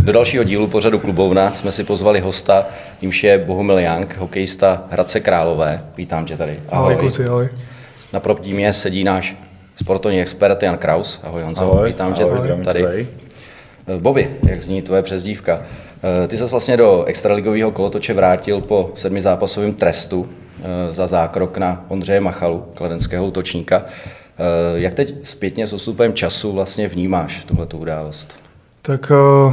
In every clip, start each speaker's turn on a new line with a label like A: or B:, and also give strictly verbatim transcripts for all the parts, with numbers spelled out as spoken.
A: Do dalšího dílu pořadu Klubovna jsme si pozvali hosta, jímž je Bohumil Young, hokejista Hradce Králové. Vítám tě tady.
B: Ahoj, ahoj kluci, ahoj.
A: Na proptímě sedí náš sportovní expert Jan Kraus. Ahoj Honzo,
C: ahoj,
A: vítám
C: ahoj,
A: tě
C: ahoj,
A: tady. tady. Bobby, jak zní tvoje přezdívka? Ty ses vlastně do extraligového kolotoče vrátil po sedmizápasovém trestu za zákrok na Ondřeje Machalu, kladenského útočníka. Jak teď zpětně s odstupem času vlastně vnímáš tuhletu událost?
B: Tak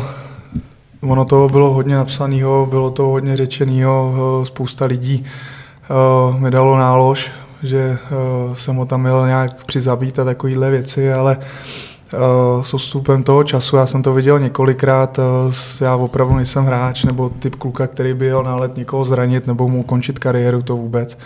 B: uh, ono toho bylo hodně napsaného, bylo to hodně řečeného, uh, spousta lidí uh, mi dalo nálož, že uh, jsem ho tam měl nějak přizabít a takovéhle věci, ale uh, s odstupem toho času, já jsem to viděl několikrát, uh, já opravdu nejsem hráč nebo typ kluka, který by jel na let někoho zranit nebo mu ukončit kariéru, to vůbec.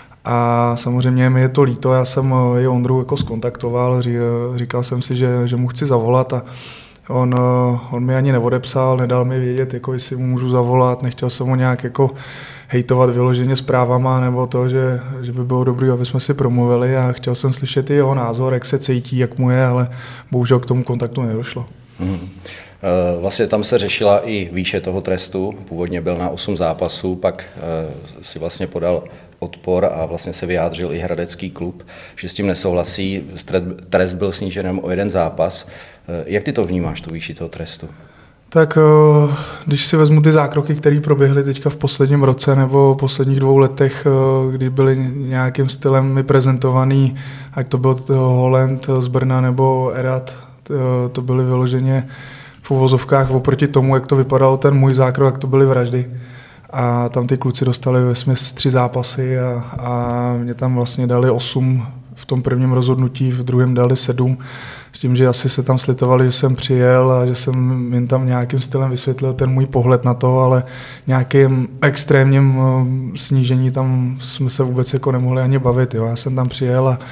B: A samozřejmě mi je to líto, já jsem i Ondru jako skontaktoval, říkal jsem si, že, že mu chci zavolat a on, on mi ani neodepsal, nedal mi vědět, jako jestli mu můžu zavolat, nechtěl jsem ho nějak jako hejtovat vyloženě zprávama nebo to, že, že by bylo dobré, aby jsme si promluvili a chtěl jsem slyšet i jeho názor, jak se cítí, jak mu je, ale bohužel k tomu kontaktu nedošlo.
A: Hmm. Vlastně tam se řešila i výše toho trestu, původně byl na osm zápasů, pak si vlastně podal odpor a vlastně se vyjádřil i hradecký klub, že s tím nesouhlasí, trest byl snížen o jeden zápas. Jak ty to vnímáš, tu výši toho trestu?
B: Tak když si vezmu ty zákroky, které proběhly teďka v posledním roce nebo v posledních dvou letech, kdy byly nějakým stylem mi prezentovaný, ať to byl Holland z Brna nebo Erat, to byly vyloženě v uvozovkách oproti tomu, jak to vypadalo ten můj zákrok, jak to byly vraždy. A tam ty kluci dostali vesměs tři zápasy a, a mě tam vlastně dali osm v tom prvním rozhodnutí, v druhém dali sedm, s tím, že asi se tam slitovali, že jsem přijel a že jsem jen tam nějakým stylem vysvětlil ten můj pohled na to, ale nějakým extrémním snížení tam jsme se vůbec jako nemohli ani bavit. Jo. Já jsem tam přijel a,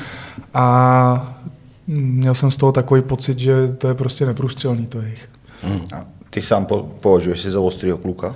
B: a měl jsem z toho takový pocit, že to je prostě neprůstřelný to jejich.
C: Hmm. A ty sám po, považuješ si za ostrýho kluka?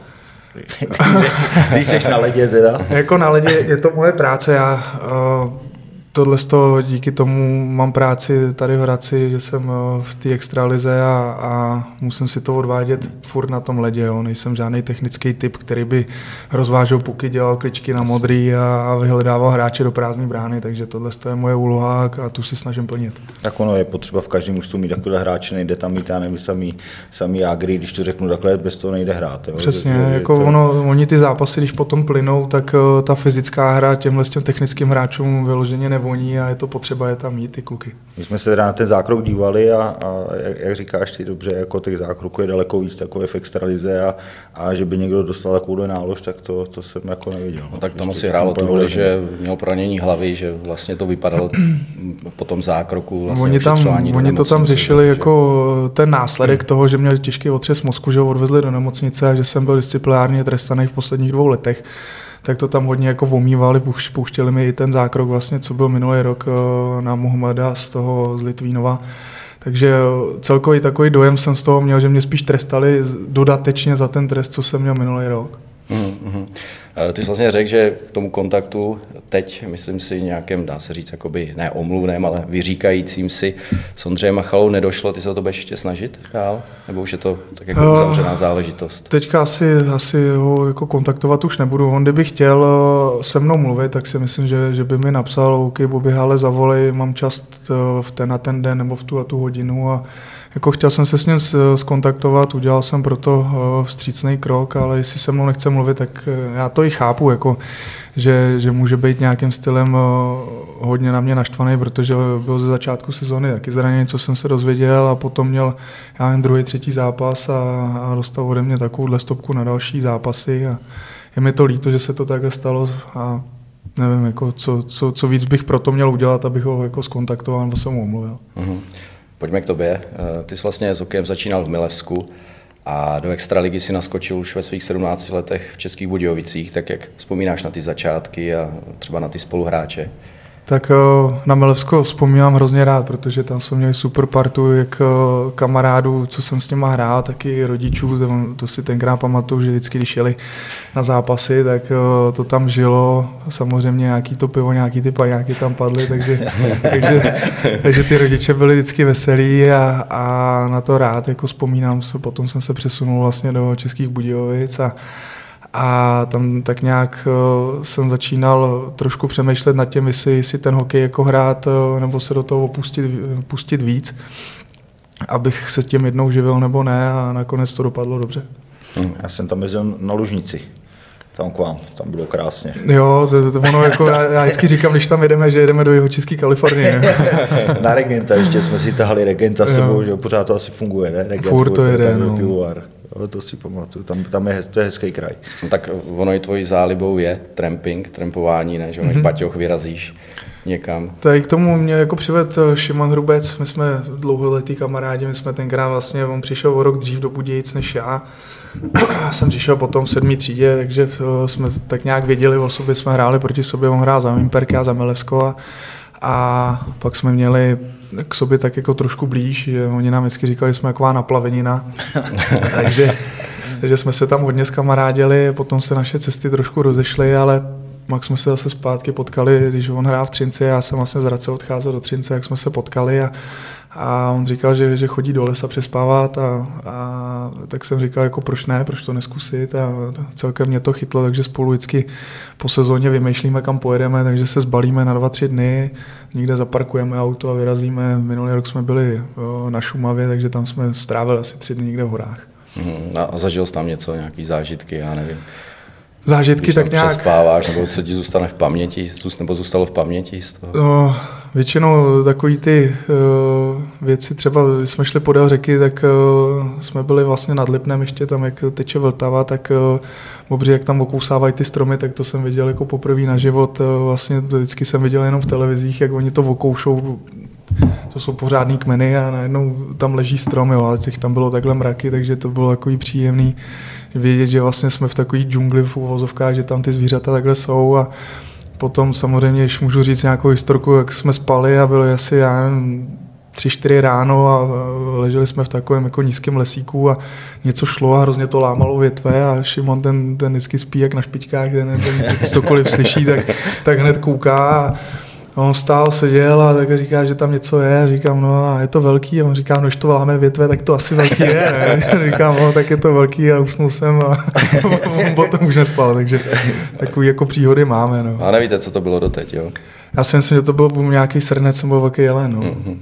C: Když jsi na ledě teda?
B: Jako na ledě je to moje práce, já uh, tohle z toho, díky tomu mám práci tady v Hradci, že jsem v té extralize a, a musím si to odvádět furt na tom ledě. Jo. Nejsem žádný technický typ, který by rozvážel puky, dělal kličky na modrý a, a vyhledával hráče do prázdné brány, takže tohle je moje úloha a tu si snažím plnit.
C: Tak ono je potřeba v každém mužstvu mít takové hráče, nejde tam mít, já nevím, samý, samý jágry, když to řeknu takhle, bez toho nejde hrát. Jo.
B: Přesně,
C: to,
B: jako
C: to...
B: ono, oni ty zápasy, když potom plynou, tak uh, ta fyzická hra těmhle s těm technickým hráčům vyloženě nevoní a je to potřeba je tam mít ty kluky.
C: My jsme se teda na ten zákrok dívali a, a jak, jak říkáš ty dobře, jako těch zákroků je daleko víc takové v extralize a, a že by někdo dostal takovou nálož, tak to, to jsem jako neviděl.
A: No, tak tam asi hrálo tu roli, že měl poranění hlavy, že vlastně to vypadalo po tom zákroku. Vlastně
B: oni tam, oni to tam řešili jako ten následek hmm. toho, že měl těžký otřes mozku, že ho odvezli do nemocnice a že jsem byl disciplinárně trestaný v posledních dvou letech. Tak to tam hodně jako omývali, pouštěli mi i ten zákrok vlastně, co byl minulý rok na Mohameda z toho z Litvínova. Takže celkový takový dojem jsem z toho měl, že mě spíš trestali dodatečně za ten trest, co jsem měl minulý rok.
A: Mm-hmm. Ty jsi vlastně řekl, že k tomu kontaktu teď, myslím si, nějakým, dá se říct, jakoby ne omluvném, ale vyříkajícím si s Ondřejem Machalou nedošlo. Ty se o to budeš ještě snažit dál? Nebo už je to tak jako uzavřená záležitost?
B: Teďka asi, asi ho jako kontaktovat už nebudu. On kdyby chtěl se mnou mluvit, tak si myslím, že, že by mi napsal, OK, Bobby, ale zavolej, mám čas v ten a ten den nebo v tu a tu hodinu a jako chtěl jsem se s ním skontaktovat, udělal jsem proto vstřícný krok, ale jestli se mnou nechce mluvit, tak já to i chápu, jako, že, že může být nějakým stylem hodně na mě naštvaný, protože byl ze začátku sezóny taky zraněný, co jsem se dozvěděl a potom měl já jen druhý, třetí zápas a, a dostal ode mě takovouhle stopku na další zápasy a je mi to líto, že se to takhle stalo a nevím, jako, co, co, co víc bych proto měl udělat, abych ho jako skontaktoval nebo jsem mu omluvil.
A: Mm-hmm. Pojďme k tobě. Ty jsi vlastně s hokejem začínal v Milevsku a do extraligy si naskočil už ve svých sedmnácti letech v Českých Budějovicích. Tak jak vzpomínáš na ty začátky a třeba na ty spoluhráče?
B: Tak na Milevsko vzpomínám hrozně rád, protože tam jsme měli super partu, jak kamarádů, co jsem s nima hrál, taky rodičů, to, to si tenkrát pamatuju, že vždycky, když jeli na zápasy, tak to tam žilo, samozřejmě nějaký to pivo, nějaký ty paňáky tam padly, takže, takže, takže ty rodiče byli vždycky veselí a, a na to rád jako vzpomínám se, potom jsem se přesunul vlastně do Českých Budějovic a A tam tak nějak uh, jsem začínal trošku přemýšlet nad tím, jestli, jestli ten hokej jako hrát, uh, nebo se do toho opustit, pustit víc, abych se tím jednou živil nebo ne, a nakonec to dopadlo dobře.
C: Hmm, já jsem tam jezdil na Lužnici, tam k vám, tam bylo krásně.
B: Jo, to, to ono jako, já, já vždycky říkám, když tam jedeme, že jedeme do Jihočeské Kalifornie.
C: Na Regenta, ještě jsme si tahali Regenta sebou, že pořád to asi funguje, ne? Regent,
B: Furt to jede, no.
C: Jo, to si pamatuju, tam, tam je, to je hezký kraj.
A: No tak ono i tvojí zálibou je tramping, trampování, ne? Že než mm-hmm. baťoch vyrazíš někam.
B: Tak k tomu mě jako přived Šimon Hrubec, my jsme dlouholetí kamarádi, my jsme tenkrát vlastně, on přišel o rok dřív do Budějic než já. Já jsem přišel potom v sedmý třídě, takže jsme tak nějak věděli o sobě, jsme hráli proti sobě, on hrál za Vimperky a za Milevsko a, a pak jsme měli k sobě tak jako trošku blíž, že oni nám vždycky říkali, že jsme taková naplavenina, takže, takže jsme se tam hodně zkamarádili, potom se naše cesty trošku rozešly, ale pak jsme se zase zpátky potkali, když on hrál v Třinci, já jsem vlastně z Hradce odcházel do Třince, jak jsme se potkali a, a on říkal, že, že chodí do lesa přespávat a, a tak jsem říkal, jako proč ne, proč to neskusit a celkem mě to chytlo, takže spolu vždycky po sezóně vymýšlíme, kam pojedeme, takže se zbalíme na dva, tři dny, někde zaparkujeme auto a vyrazíme. Minulý rok jsme byli na Šumavě, takže tam jsme strávili asi tři dny někde v horách.
A: Hmm, a zažil jsi tam něco, nějaký zážitky, já nevím.
B: Zážitky
A: když
B: tak nějak...
A: přespáváš, nebo co ti zůstane v paměti, nebo zůstalo v paměti z toho?
B: No, většinou takový ty uh, věci, třeba když jsme šli podél řeky, tak uh, jsme byli vlastně nad Lipnem ještě tam, jak teče Vltava, tak uh, obří, jak tam okousávají ty stromy, tak to jsem viděl jako poprvé na život. Uh, vlastně to vždycky jsem viděl jenom v televizích, jak oni to okoušou. To jsou pořádný kmeny a najednou tam leží strom, jo, a těch tam bylo takhle mraky, takže to bylo takový příjemný vědět, že vlastně jsme v takový džungli v uvozovkách, že tam ty zvířata takhle jsou a potom samozřejmě, když můžu říct nějakou historku, jak jsme spali a bylo asi, já nevím, tři, čtyři ráno a leželi jsme v takovém jako nízkém lesíku a něco šlo a hrozně to lámalo větve a Šimon ten, ten vždycky spí jak na špičkách, ten, ten cokoliv slyší, tak, tak hned kouká a on stál, seděl a tak říká, že tam něco je. Říkám, no a je to velký. A on říká, no když to láme větve, tak to asi velký je. Ne? Říkám, no tak je to velký a usnul jsem a on potom už nespal. Takže takový jako příhody máme. No.
A: A nevíte, co to bylo doteď, jo?
B: Já si myslím, že to byl nějaký srnec nebo velký jelen. No.
A: Mm-hmm.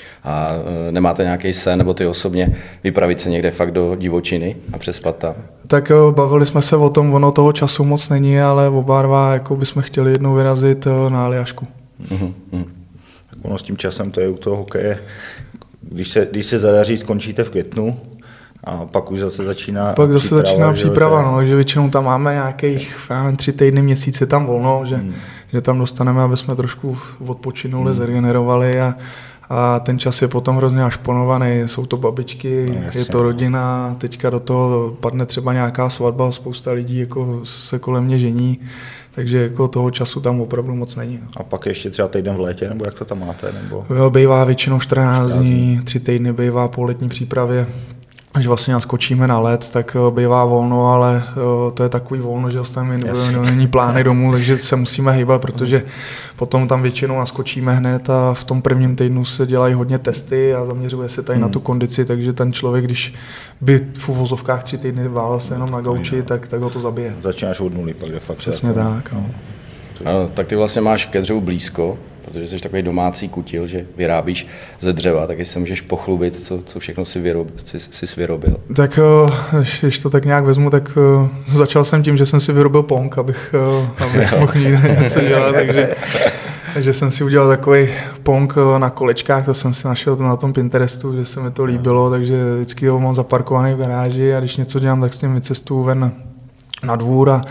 A: A e, nemáte nějaký sen, nebo ty osobně vypravit se někde fakt do divočiny a přespat tam?
B: Tak jo, bavili jsme se o tom, ono toho času moc není, ale oba dva jako bychom chtěli jednou vyrazit na Aljašku.
A: Mm-hmm.
C: Tak ono s tím časem to je u toho hokeje. Když se, když se zadaří, skončíte v květnu a pak už zase začíná
B: Pak zase
C: příprava,
B: začíná příprava,
C: to...
B: no, takže většinou tam máme nějakých nevím, tři týdny, měsíce tam volno, že, hmm. že tam dostaneme, aby jsme trošku odpočinuli, hmm. zregenerovali a, a ten čas je potom hrozně našponovaný, jsou to babičky, no, je to rodina, teďka do toho padne třeba nějaká svatba, spousta lidí jako se kolem mě žení, takže jako toho času tam opravdu moc není.
C: A pak ještě třeba týden v létě, nebo jak to tam máte? Nebo...
B: Jo, bývá většinou čtrnáct dní, tři týdny bývá po letní přípravě. Až vlastně naskočíme na led, tak bývá volno, ale to je takový volno, že ostatně není plány domů, takže se musíme hýbat, protože potom tam většinou naskočíme hned a v tom prvním týdnu se dělají hodně testy a zaměřuje se tady hmm. na tu kondici, takže ten člověk, když by v uvozovkách tři týdny válel se jenom na gauči, tak, tak ho to zabije.
C: Začínáš od nuly, pak de fakt.
B: Přesně jako... tak. No.
A: No, tak ty vlastně máš ke dřevu blízko, protože jsi takový domácí kutil, že vyrábíš ze dřeva, tak jestli se můžeš pochlubit, co, co všechno si, vyrob, si, si vyrobil.
B: Tak když to tak nějak vezmu, tak začal jsem tím, že jsem si vyrobil pong, abych, abych mohl někde něco dělat, takže, takže jsem si udělal takový pong na kolečkách, to jsem si našel na tom Pinterestu, že se mi to líbilo, takže vždycky ho mám zaparkovaný v garáži a když něco dělám, tak s tím vycestuju ven na dvůr a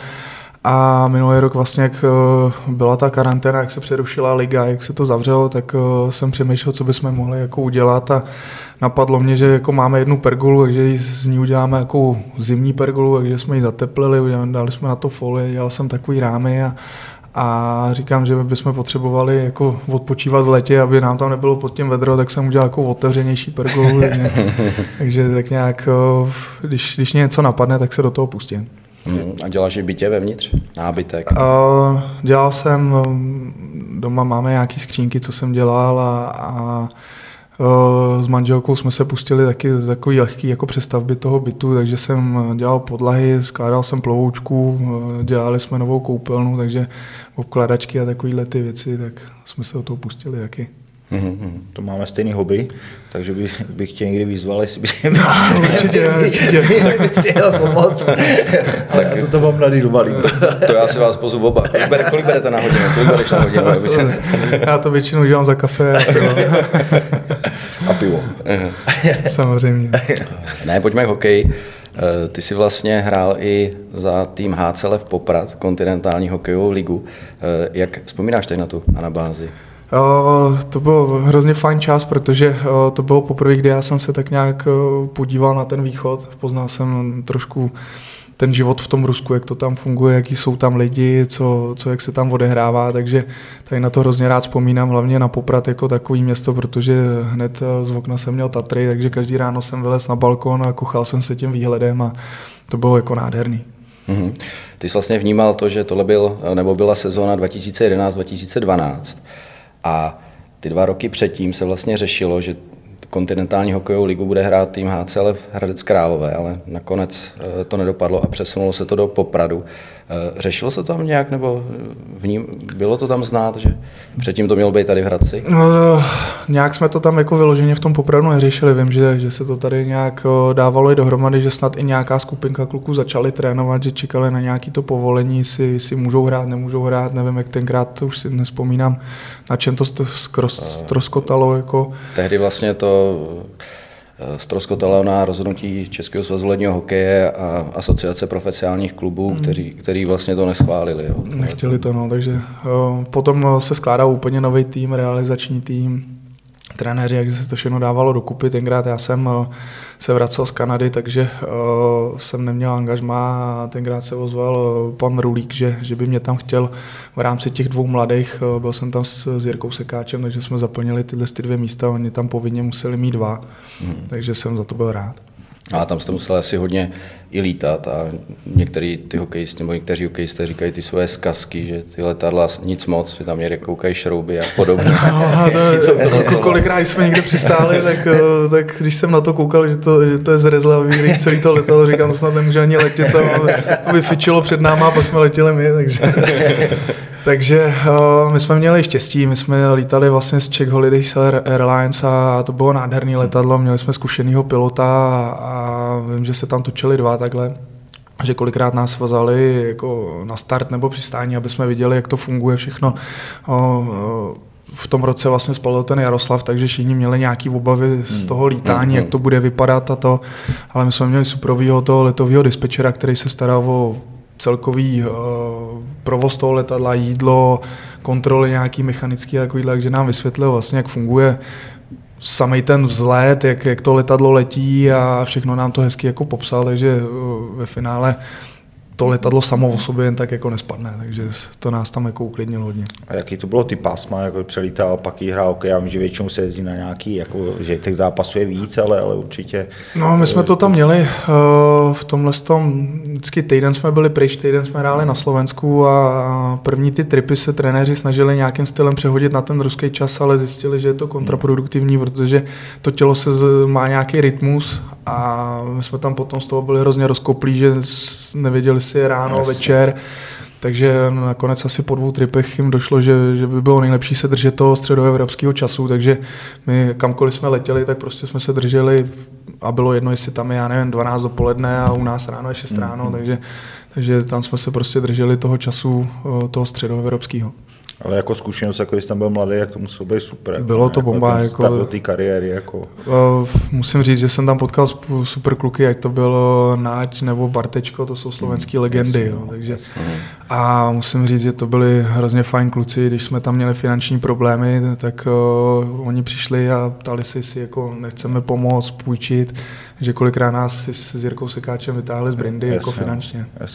B: A minulý rok vlastně, jak byla ta karanténa, jak se přerušila liga, jak se to zavřelo, tak jsem přemýšlel, co bychom mohli jako udělat a napadlo mě, že jako máme jednu pergolu, takže z ní uděláme jako zimní pergolu, takže jsme ji zateplili, dali jsme na to folie, dělal jsem takový rámy a, a říkám, že bychom potřebovali jako odpočívat v létě, aby nám tam nebylo pod tím vedro, tak jsem udělal jako otevřenější pergolu, takže, takže tak nějak, když, když mě něco napadne, tak se do toho pustím.
A: Hmm. A děláš i bytě vevnitř? Nábytek?
B: Uh, dělal jsem, doma máme nějaký skřínky, co jsem dělal a, a uh, s manželkou jsme se pustili taky takový lehký jako přestavby toho bytu, takže jsem dělal podlahy, skládal jsem plovoučku, dělali jsme novou koupelnu, takže obkladačky a takovýhle ty věci, tak jsme se do toho pustili taky.
C: Mm-hmm. To máme stejný hobby, takže bych, bych tě někdy vyzval, jestli bych
B: no, určitě, určitě.
C: Tak si jel pomoct. Tak to, to vám nadýl malý.
A: To já si vás pozvu oba. Kolik, bere, kolik berete na hodinu? Kolik bereš na hodinu? Aby se...
B: Já to většinou dělám za kafe a pivo.
C: A pivo.
B: Samozřejmě.
A: Ne, pojďme k hokeji. Ty jsi vlastně hrál i za tým H C L Poprad, kontinentální hokejovou ligu. Jak vzpomínáš teď na tu anabázi?
B: Uh, to byl hrozně fajn čas, protože uh, to bylo poprvé, kdy já jsem se tak nějak uh, podíval na ten východ. Poznal jsem trošku ten život v tom Rusku, jak to tam funguje, jaký jsou tam lidi, co, co jak se tam odehrává, takže tady na to hrozně rád vzpomínám, hlavně na Poprad jako takový město, protože hned z okna jsem měl Tatry, takže každý ráno jsem vylez na balkon a kochal jsem se tím výhledem a to bylo jako nádherný.
A: Mm-hmm. Ty jsi vlastně vnímal to, že tohle byl, nebo byla sezóna dva tisíce jedenáct dva tisíce dvanáct. A ty dva roky předtím se vlastně řešilo, že kontinentální hokejovou ligu bude hrát tým H C L F Hradec Králové, ale nakonec to nedopadlo a přesunulo se to do Popradu. Řešilo se tam nějak, nebo v ním, bylo to tam znát, že předtím to mělo být tady v Hradci?
B: No, nějak jsme to tam jako vyloženě v tom Popradu neřešili. Vím, že, že se to tady nějak dávalo i dohromady, že snad i nějaká skupinka kluků začali trénovat, že čekali na nějaké to povolení, si, si můžou hrát, nemůžou hrát, nevím, jak tenkrát, to už si nespomínám, na čem to ztroskotalo. Jako.
A: Tehdy vlastně to ztroskotalo na rozhodnutí Českého svazu ledního hokeje a asociace profesionálních klubů, mm. kteří, kteří vlastně to neschválili. Jo.
B: Nechtěli to, no, takže jo, potom se skládal úplně nový tým, realizační tým, trenéři, jak se to všechno dávalo dokupy. Tenkrát já jsem se vracel z Kanady, takže uh, jsem neměl angažmá a tenkrát se ozval pan Rulík, že, že by mě tam chtěl v rámci těch dvou mladých, uh, byl jsem tam s, s Jirkou Sekáčem, takže jsme zaplnili tyhle ty dvě místa, oni tam povinně museli mít dva, hmm. takže jsem za to byl rád.
A: A tam jste museli asi hodně i lítat a některý ty hokejisti, nebo někteří hokejisté říkají ty svoje zkazky, že ty letadla nic moc, že tam někde koukají šrouby a podobně.
B: No, to, to, kolikrát, když jsme někde přistáli, tak, tak když jsem na to koukal, že to, že to je zrezlavý, celý to letadlo, říkám, to snad nemůže ani letět, to, to vyfičilo před náma a pak jsme letěli my, takže... Takže uh, my jsme měli štěstí, my jsme lítali vlastně z Czech Holidays Airlines a to bylo nádherné letadlo, měli jsme zkušenýho pilota a, a vím, že se tam točili dva takhle, že kolikrát nás vzali jako na start nebo přistání, aby jsme viděli, jak to funguje všechno. Uh, uh, v tom roce vlastně spadl ten Jaroslav, takže všichni měli nějaké obavy z toho lítání, jak to bude vypadat a to, ale my jsme měli superovýho toho letového dispečera, který se staral o celkový uh, provoz toho letadla, jídlo, kontroly nějaký mechanický, takže nám vysvětlil vlastně, jak funguje samej ten vzlet, jak, jak to letadlo letí a všechno nám to hezky jako popsal, takže uh, ve finále to letadlo samo o sobě jen tak jako nespadne, takže to nás tam jako uklidnilo hodně.
C: A jaký to bylo ty pásma, jako přelítal, pak jí hrál hokej, já vím, že většinou se jezdí na nějaký, jako, že těch zápasů je víc, ale, ale určitě...
B: No, my jsme to tam měli, uh, v tomhle tom, vždycky týden jsme byli pryč, týden jsme hráli na Slovensku a první ty tripy se trenéři snažili nějakým stylem přehodit na ten ruský čas, ale zjistili, že je to kontraproduktivní, protože to tělo se z, má nějaký rytmus a my jsme tam potom z toho byli hrozně rozkoplí, že nevěděli si ráno, yes. večer, takže nakonec asi po dvou tripech jim došlo, že, že by bylo nejlepší se držet toho středoevropského času, takže my kamkoliv jsme letěli, tak prostě jsme se drželi a bylo jedno, jestli tam je, já nevím, dvanáct dopoledne a u nás ráno je šest mm-hmm. ráno, takže, takže tam jsme se prostě drželi toho času, toho středoevropského.
C: Ale jako zkušenost, jako jsi tam byl mladý, jak to muselo být super.
B: Bylo to
C: jako
B: bomba. Jako,
C: do té kariéry. Jako.
B: Uh, musím říct, že jsem tam potkal super kluky, ať to bylo Náď nebo Bartečko, to jsou slovenský mm, legendy. Yes, jo, takže, yes. A musím říct, že to byli hrozně fajn kluci, když jsme tam měli finanční problémy, tak uh, oni přišli a ptali si, si jako nechceme pomoct, půjčit, že kolikrát nás s Jirkou Sekáčem vytáhli z Brindy
C: jasně,
B: jako finančně.
C: Jasně.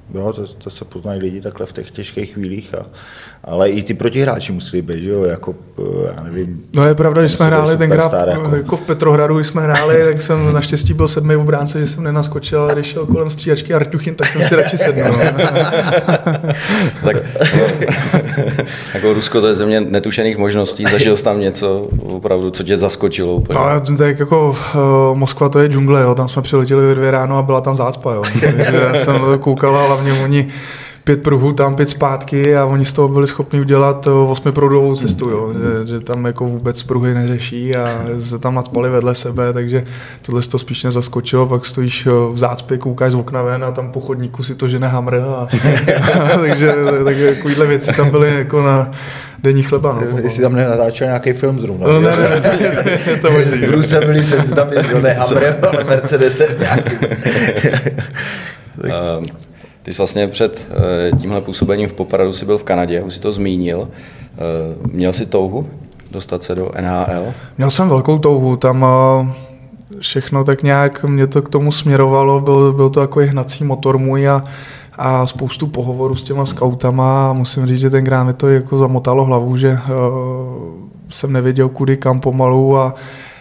C: jo, to, to se poznají lidi takhle v těch těžkých chvílích, a, ale i ty protihráči museli být, že jo, jako, já nevím.
B: No je pravda, že jsme hráli tenkrát
C: jako...
B: jako v Petrohradu, když jsme hráli, tak jsem naštěstí byl sedmý v obránce, že jsem nenaskočil, ale když šel kolem střídačky Artuchin, tak jsem si radši sednul.
A: Tak jako Rusko, to je země netušených možností, zažil jsi tam něco opravdu, co tě zaskočilo úplně?
B: No, tak jako uh, Moskva to je džungle, jo, tam jsme přiletěli ve dvě ráno a byla tam zácpa, jo. Takže já jsem koukal, hlavně oni pět pruhů tam, pět zpátky a oni z toho byli schopni udělat osmiproudovou cestu, jo. Že, že tam jako vůbec pruhy neřeší a se tam nadspali vedle sebe, takže tohle to spíš nezaskočilo, pak stojíš v zácpě, koukáš z okna ven a tam po chodníku si to žene hamr a, a takže tak, takovýhle věci tam byly jako na denní chleba. No,
C: jestli tam nenatáčel nějaký film zrovna.
B: No, ne, ne, ne, ne, to možný.
C: V Bruse byli se, tam je ne hamr, ale Mercedesem nějaký.
A: Um, Ty jsi vlastně před tímhle působením v Popradu si byl v Kanadě, už si to zmínil. Měl jsi touhu dostat se do N H L?
B: Měl jsem velkou touhu, tam všechno tak nějak mě to k tomu směrovalo, byl, byl to takový hnací motor můj a, a spoustu pohovorů s těma skautama a musím říct, že tenkrát mi to jako zamotalo hlavu, že uh, jsem nevěděl kudy kam pomalu a,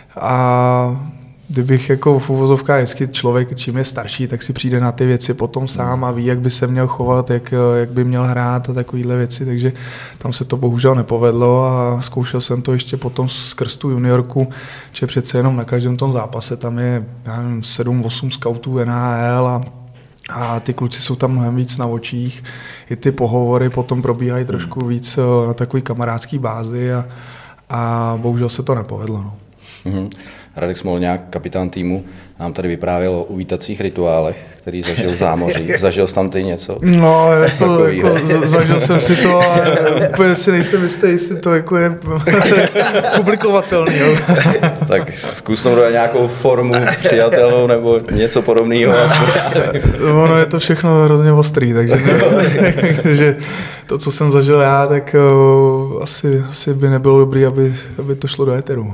B: a kdybych jako v uvozovkách vždycky člověk, čím je starší, tak si přijde na ty věci potom sám a ví, jak by se měl chovat, jak, jak by měl hrát a takovéhle věci, takže tam se to bohužel nepovedlo a zkoušel jsem to ještě potom skrz tu juniorku, že přece jenom na každém tom zápase tam je nevím, sedm osm skautů N H L a a ty kluci jsou tam mnohem víc na očích, i ty pohovory potom probíhají trošku víc na takový kamarádský bázi a, a bohužel se to nepovedlo. No.
A: Mm-hmm. Radek Smolňák, kapitán týmu, nám tady vyprávěl o uvítacích rituálech, který zažil v zámoří. Zažil jsi tam ty něco?
B: No, jako, jako zažil jsem si to, ale úplně si nejsem jistý, jestli to jako je publikovatelný. Jo.
A: Tak zkus nám dát nějakou formu přijatelnou nebo něco podobného.
B: Ono je to všechno hrozně ostrý, takže, ne, takže to, co jsem zažil já, tak uh, asi, asi by nebylo dobré, aby, aby to šlo do éteru.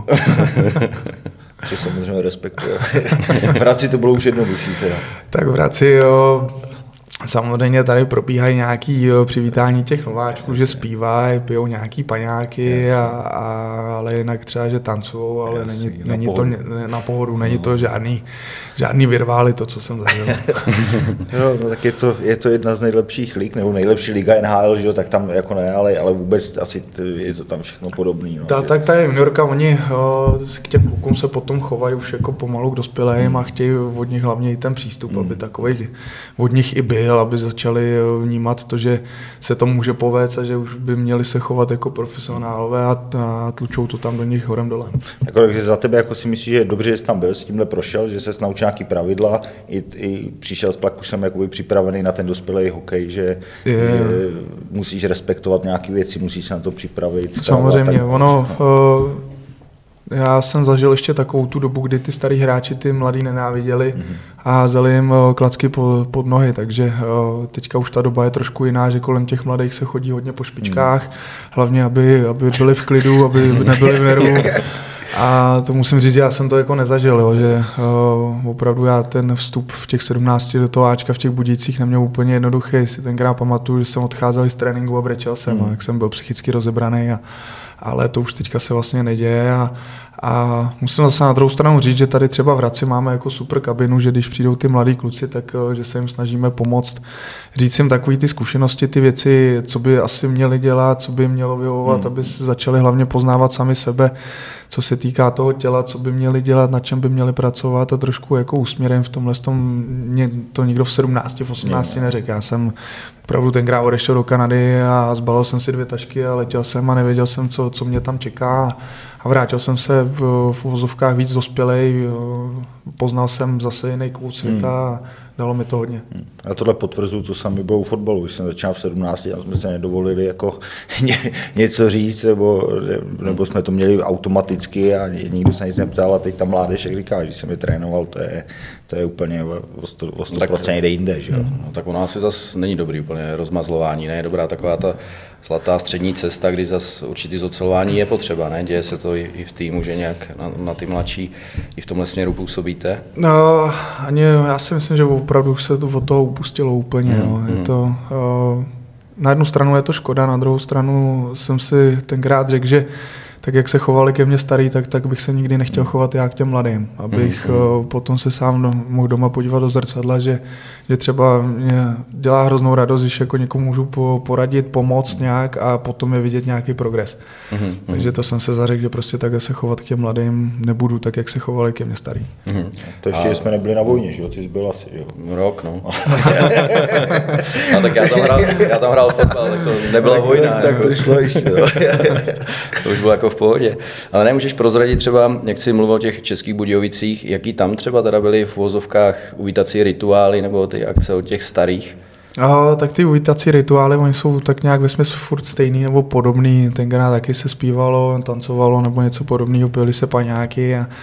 C: Co samozřejmě respektuje. V Hradci to bylo už jednodušší. Teda.
B: Tak v Hradci, jo, samozřejmě tady probíhají nějaké přivítání těch nováčků, že zpívají, pijou nějaký paňáky, a, a, ale jinak třeba, že tancujou, ale Jasný, není, není to na pohodu, není to žádný, žádný virvály, to, co jsem zažil.
C: Jo, no, tak je to, je to jedna z nejlepších lig, nebo nejlepší liga N H L, že jo, tak tam jako ne, ale, ale vůbec asi je to tam všechno podobný. No,
B: ta,
C: že...
B: Tak ta juniorka, oni o, k těm klukům se potom chovají už jako pomalu k dospělým hmm. a chtějí od nich hlavně i ten přístup, hmm. aby takový od nich i byl, aby začali vnímat to, že se to může povést a že už by měli se chovat jako profesionálové a, a tlučou to tam do nich horem dolem.
C: Jako, takže za tebe jako si myslíš, že je dobře, že jsi tam byl, s tímhle prošel, že ses naučil nějaký pravidla, i, i přišel splak, už jsem jakoby připravený na ten dospělý hokej, že, že musíš respektovat nějaké věci, musíš se na to připravit.
B: Samozřejmě, tak, ono... Uh, já jsem zažil ještě takovou tu dobu, kdy ty starý hráči ty mladý nenáviděli mm-hmm. a házeli jim klacky pod, pod nohy, takže teďka už ta doba je trošku jiná, že kolem těch mladých se chodí hodně po špičkách, mm. hlavně aby, aby byli v klidu, aby nebyli v nervu. A to musím říct, že já jsem to jako nezažil, jo, že uh, opravdu já ten vstup v těch sedmnácti do toho Ačka v těch Budějcích neměl úplně jednoduchý. Si tenkrát pamatuju, že jsem odcházel z tréninku a brečel jsem, mm. jak jsem byl psychicky rozebraný, a, ale to už teďka se vlastně neděje. A, a musím zase na druhou stranu říct, že tady třeba v Hradci máme jako super kabinu, že když přijdou ty mladí kluci, tak že se jim snažíme pomoct, říct jim takový ty zkušenosti, ty věci, co by asi měli dělat, co by jim mělo vyhovovat, mm. aby se začali hlavně poznávat sami sebe, co se týká toho těla, co by měli dělat, na čem by měli pracovat a trošku jako úsměrem v tomhle tom, mě to nikdo v sedmnácti, v osmnácti neřekl. Já jsem opravdu tenkrát odešel do Kanady a zbalil jsem si dvě tašky a letěl jsem a nevěděl jsem, co, co mě tam čeká. A vrátil jsem se v, v uvozovkách víc dospělej, poznal jsem zase jiný kout světa a dalo mi to hodně.
C: A tohle potvrzuju, to sami bylo u fotbalu, když jsem začal v sedmnácti, tam jsme se nedovolili jako ně, něco říct, nebo, nebo jsme to měli automaticky a nikdo se nic neptal a teď ta mládež, jak říká, když jsem je trénoval, to je, to je úplně o sto procent jde jinde, že jo.
A: No, tak ono asi zase není dobrý úplně rozmazlování, ne? Je dobrá taková ta zlatá střední cesta, kdy zase určitý zocelování je potřeba, ne? Děje se to i, i v týmu, že nějak na, na ty mladší i v tomhle směru působíte?
B: No, ani já si myslím, že opravdu se to od toho upustilo úplně, mm, no. Je mm. to, uh, na jednu stranu je to škoda, na druhou stranu jsem si tenkrát řekl, že tak jak se chovali ke mně starý, tak, tak bych se nikdy nechtěl chovat já k těm mladým. Abych mm, mm. potom se sám do, mohl doma podívat do zrcadla, že, že třeba mě dělá hroznou radost, když jako někomu můžu po, poradit, pomoct nějak a potom je vidět nějaký progres. Mm, Takže to jsem se zařekl, že prostě takhle se chovat k těm mladým nebudu, tak jak se chovali ke mně starý.
C: Mm. To ještě a... jsme nebyli na vojně, že jo? Ty jsi byl asi, jo?
A: Rok, no. A tak já tam hrál, já tam hrál fotbal, tak to nebyla tak, vojna.
C: Tak jako. To šlo ještě, no.
A: To už bylo jako v pohodě. Ale nemůžeš prozradit třeba, jak jsi mluvil o těch Českých Budějovicích, jaký tam třeba teda byly v uvozovkách uvítací rituály nebo ty akce od těch starých?
B: A, tak ty uvítací rituály, oni jsou tak nějak vesměs furt stejný nebo podobný. Tenkrát taky se zpívalo, tancovalo nebo něco podobného, pili se paňáky a,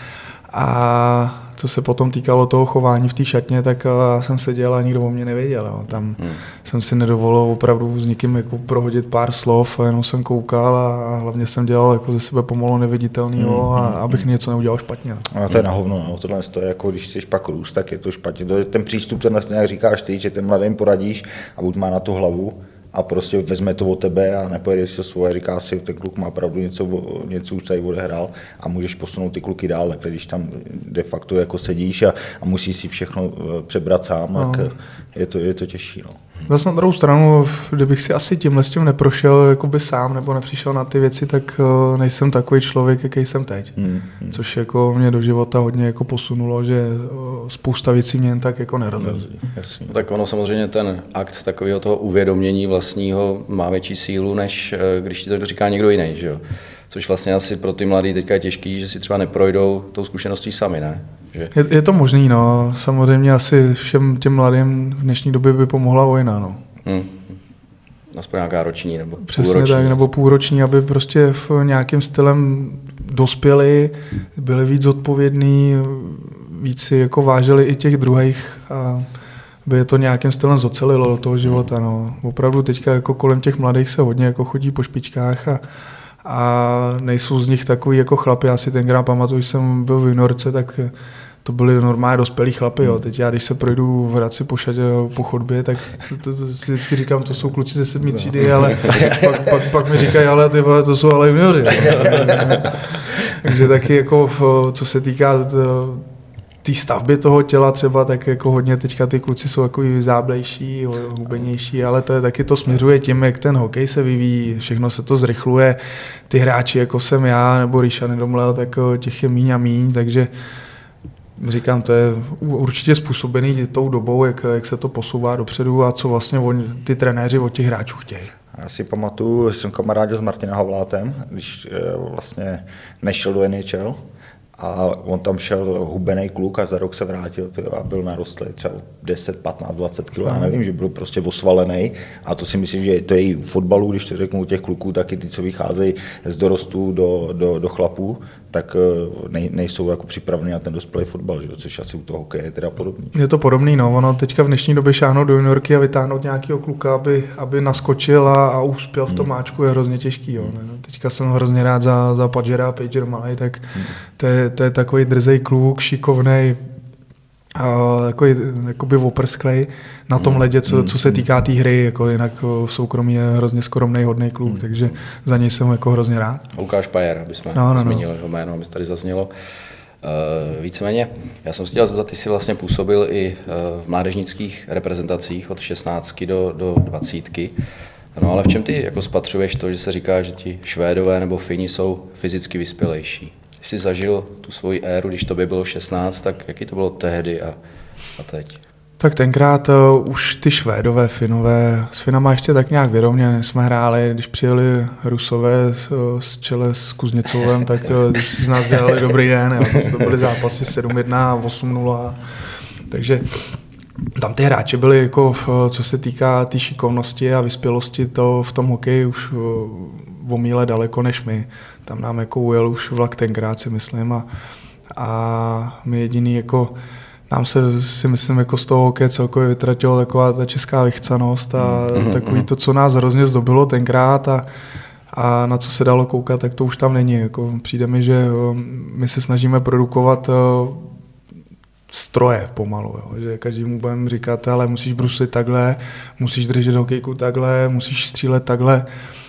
B: a co se potom týkalo toho chování v té šatně, tak já jsem seděl a nikdo o mě nevěděl. Jo. Tam hmm. jsem si nedovolil opravdu s někým jako prohodit pár slov a jenom jsem koukal a hlavně jsem dělal jako ze sebe pomalu neviditelného, hmm. a abych něco neudělal špatně.
C: No. A to je na hovno, no. Tohle je jako, když chceš pak růst, tak je to špatně. To je ten přístup, ten vlastně, jak říkáš ty, že ten mladým poradíš a buď má na to hlavu, a prostě vezme to od tebe a nepojede si to svoje, říká si, ten kluk má pravdu, něco, něco už tady odehrál a můžeš posunout ty kluky dál, takhle, když tam de facto jako sedíš a, a musíš si všechno přebrat sám, no. Tak je to, je to těžší. No.
B: Zase na druhou stranu, kdybych si asi tímhle s tím neprošel jakoby sám nebo nepřišel na ty věci, tak nejsem takový člověk, jaký jsem teď. Hmm, hmm. Což jako mě do života hodně jako posunulo, že spousta věcí mě jen tak jako nerozrazí.
A: No, tak ono samozřejmě ten akt takového toho uvědomění vlastního má větší sílu, než když ti to říká někdo jiný, že jo? Což vlastně asi pro ty mladý teďka je těžký, že si třeba neprojdou tou zkušeností sami, ne? Že...
B: Je, je to možný, no. Samozřejmě asi všem těm mladým v dnešní době by pomohla vojna, no.
A: Hmm. Aspoň nějaká roční nebo
B: Přesně
A: půlroční.
B: tak, nebo půlroční, aby prostě v nějakým stylem dospěli, byli víc odpovědní, víc si jako vážili i těch druhých a by je to nějakým stylem zocelilo do toho života, no. Opravdu teďka jako kolem těch mladých se hodně jako chodí po špičkách a a nejsou z nich takový jako chlapi. Já si tenkrát pamatuju, že jsem byl v juniorce, tak to byli normálně dospělí chlapi. Jo. Teď já, když se projdu v Hradci po šatě, po chodbě, tak to, to, to si vždycky říkám, to jsou kluci ze sedmý třídy, ale pak, pak, pak mi říkají, ale ty vole, to jsou ale junioři. Takže taky jako, co se týká té stavby toho těla třeba, tak jako hodně teďka ty kluci jsou jako záblejší, hubenější, ale to je taky to směřuje tím, jak ten hokej se vyvíjí, všechno se to zrychluje, ty hráči jako jsem já nebo Ríša Nedomlel, tak těch je míň a míň, takže říkám, to je určitě způsobený tou dobou, jak, jak se to posouvá dopředu a co vlastně on, ty trenéři od těch hráčů chtějí.
C: Já si pamatuju, jsem kamarádil s Martinem Havlátem, když vlastně nešel do N H L. A on tam šel hubený kluk a za rok se vrátil tyjo, a byl narostlý třeba deset, patnáct, dvacet kilo, já nevím, že byl prostě osvalený. A to si myslím, že to je i u fotbalu, když to řeknu u těch kluků, taky ty, co vycházejí z dorostů do, do, do chlapů, tak nej, nejsou jako připraveni na ten dospělý fotbal, že? Což asi u toho hokeje je teda podobný.
B: Je to podobný, no. Ono teďka v dnešní době šáhnout do juniorky a vytáhnout nějakého kluka, aby, aby naskočil a, a uspěl v tom hmm. máčku, je hrozně těžký. Jo. Hmm. Teďka jsem hrozně rád za, za Padgera a Pager Malej, tak hmm. to, je, to je takový drzej kluk, šikovnej, Uh, jako, jakoby oprsklej na tom ledě, co, co se týká té tý hry, jako jinak v soukromí je hrozně skromnej, hodnej kluk, mm. takže za něj jsem jako hrozně rád.
A: Lukáš Pajer, aby jsme no, no, zmínili jeho jméno, aby se tady zaznělo. Uh, víceméně, já jsem se chtěl zeptat, ty jsi vlastně působil i uh, v mládežnických reprezentacích od šestnáctky do, do dvacítky. No ale v čem ty jako spatřuješ to, že se říká, že ti Švédové nebo Fini jsou fyzicky vyspělejší? Když jsi zažil tu svoji éru, když tobě bylo šestnáct, tak jaký to bylo tehdy a, a teď?
B: Tak tenkrát uh, už ty Švédové, Finové, s Finama ještě tak nějak vědomě jsme hráli, když přijeli Rusové z, z čele s Kuzněcovem, tak uh, z nás dělali dobrý den, jo. To byly zápasy sedm jedna, osm nula, takže tam ty hráči byli, jako, co se týká té tý šikovnosti a vyspělosti, to v tom hokeji už o míle daleko než my. Tam nám jako ujel už vlak tenkrát, si myslím, a, a my jediný jako nám se si myslím jako z toho hokeje celkově vytratilo taková ta česká vychcanost a mm-hmm. takový to, co nás hrozně zdobilo tenkrát a, a na co se dalo koukat, tak to už tam není. Jako přijde mi, že my se snažíme produkovat stroje pomalu, jo. Že každému budeme říkat, ale musíš bruslit takhle, musíš držet hokejku takhle, musíš střílet takhle.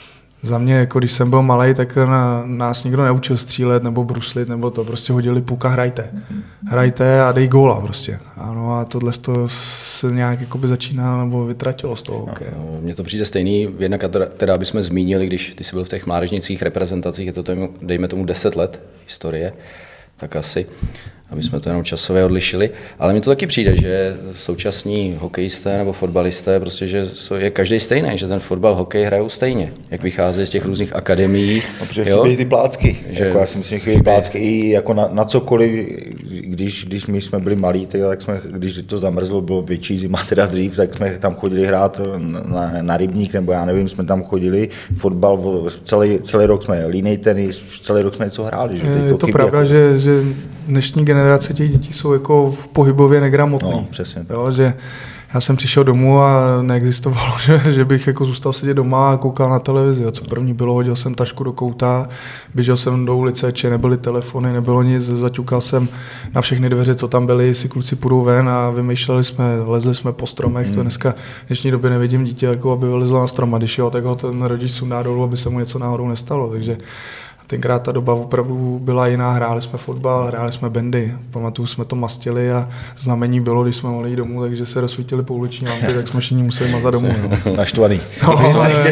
B: Za mě, jako když jsem byl malej, tak na, nás nikdo neučil střílet nebo bruslit, nebo to prostě hodili půlka, hrajte. Hrajte a dej góla prostě. Ano, a tohle to se nějak jakoby začíná nebo vytratilo z toho hokeje.
A: No, mně to přijde stejný, jednak teda bychom zmínili, když ty jsi byl v těch mládežnických reprezentacích, je to tém, dejme tomu deset let historie, tak asi, aby jsme to jenom časově odlišili. Ale mně to taky přijde, že současní hokejisté nebo fotbalisté, prostě, že je každý stejný, že ten fotbal, hokej hrajou stejně, jak vychází z těch různých akademií.
C: No, protože chybějí ty plácky. Že jako já si myslím, že chybějí plácky i jako na, na cokoliv, když, když my jsme byli malí, tak jsme, když to zamrzlo, bylo větší zima teda dřív, tak jsme tam chodili hrát na, na rybník, nebo já nevím, jsme tam chodili, fotbal, celý, celý rok jsme línej tenis, celý rok jsme něco hráli. Že
B: je to pravda, jako... že, že dnešní generace těch dětí jsou jako v pohybově negramotný.
C: No, přesně.
B: Jo, že já jsem přišel domů a neexistovalo, že, že bych jako zůstal sedět doma a koukal na televizi. A co první bylo, hodil jsem tašku do kouta, běžel jsem do ulice, či nebyly telefony, nebylo nic, zaťukal jsem na všechny dveře, co tam byly, si kluci půjdou ven a vymýšleli jsme, lezli jsme po stromech, hmm. to dneska v dnešní době nevidím dítě, jako aby vylezlo na strom a když jo, tak ho ten rodič sundá dolů, aby se mu něco náhodou nestalo. Takže tenkrát ta doba opravdu byla jiná, hráli jsme fotbal, hráli jsme bandy, pamatuju, jsme to mastili a znamení bylo, když jsme mohli jít domů, takže se rozsvítili pouliční lampy, tak jsme všichni museli mazat domů. No.
C: Naštvaný.
B: No,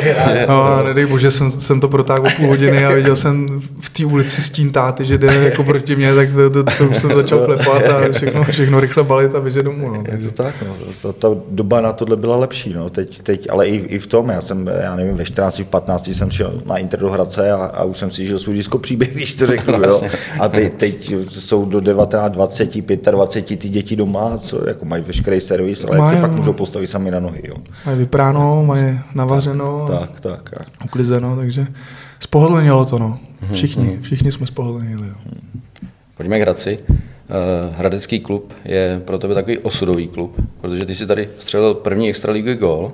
B: no a nedej bože, jsem, jsem to protáhl o půl hodiny a viděl jsem v té ulici stín táty, že jde jako proti mně, tak to, to, to už jsem začal klepat a všechno, všechno rychle balit a běžet domů. No.
C: Je to tak, no. ta, ta doba na tohle byla lepší, no. teď, teď, ale i, i v tom, já jsem, já nevím, ve čtrnácti, v patnácti jsem šel na Inter do Hradce a, a už jsem si žil svůj disco příběh, když to řeknu, jo. A teď, teď jsou do devatenáct, dvacet, dvacet pět ty děti doma, co jako mají veškerý servis, ale jak se pak můžou postavit sami na nohy, jo.
B: Mají vypráno, mají navařeno,
C: tak, tak, tak.
B: uklizeno, takže spohodlnilo to, no. Všichni, všichni jsme spohodlnili, jo.
A: Pojďme k Hradci. Hradecký klub je pro tebe takový osudový klub, protože ty si tady střelil první extraligový gól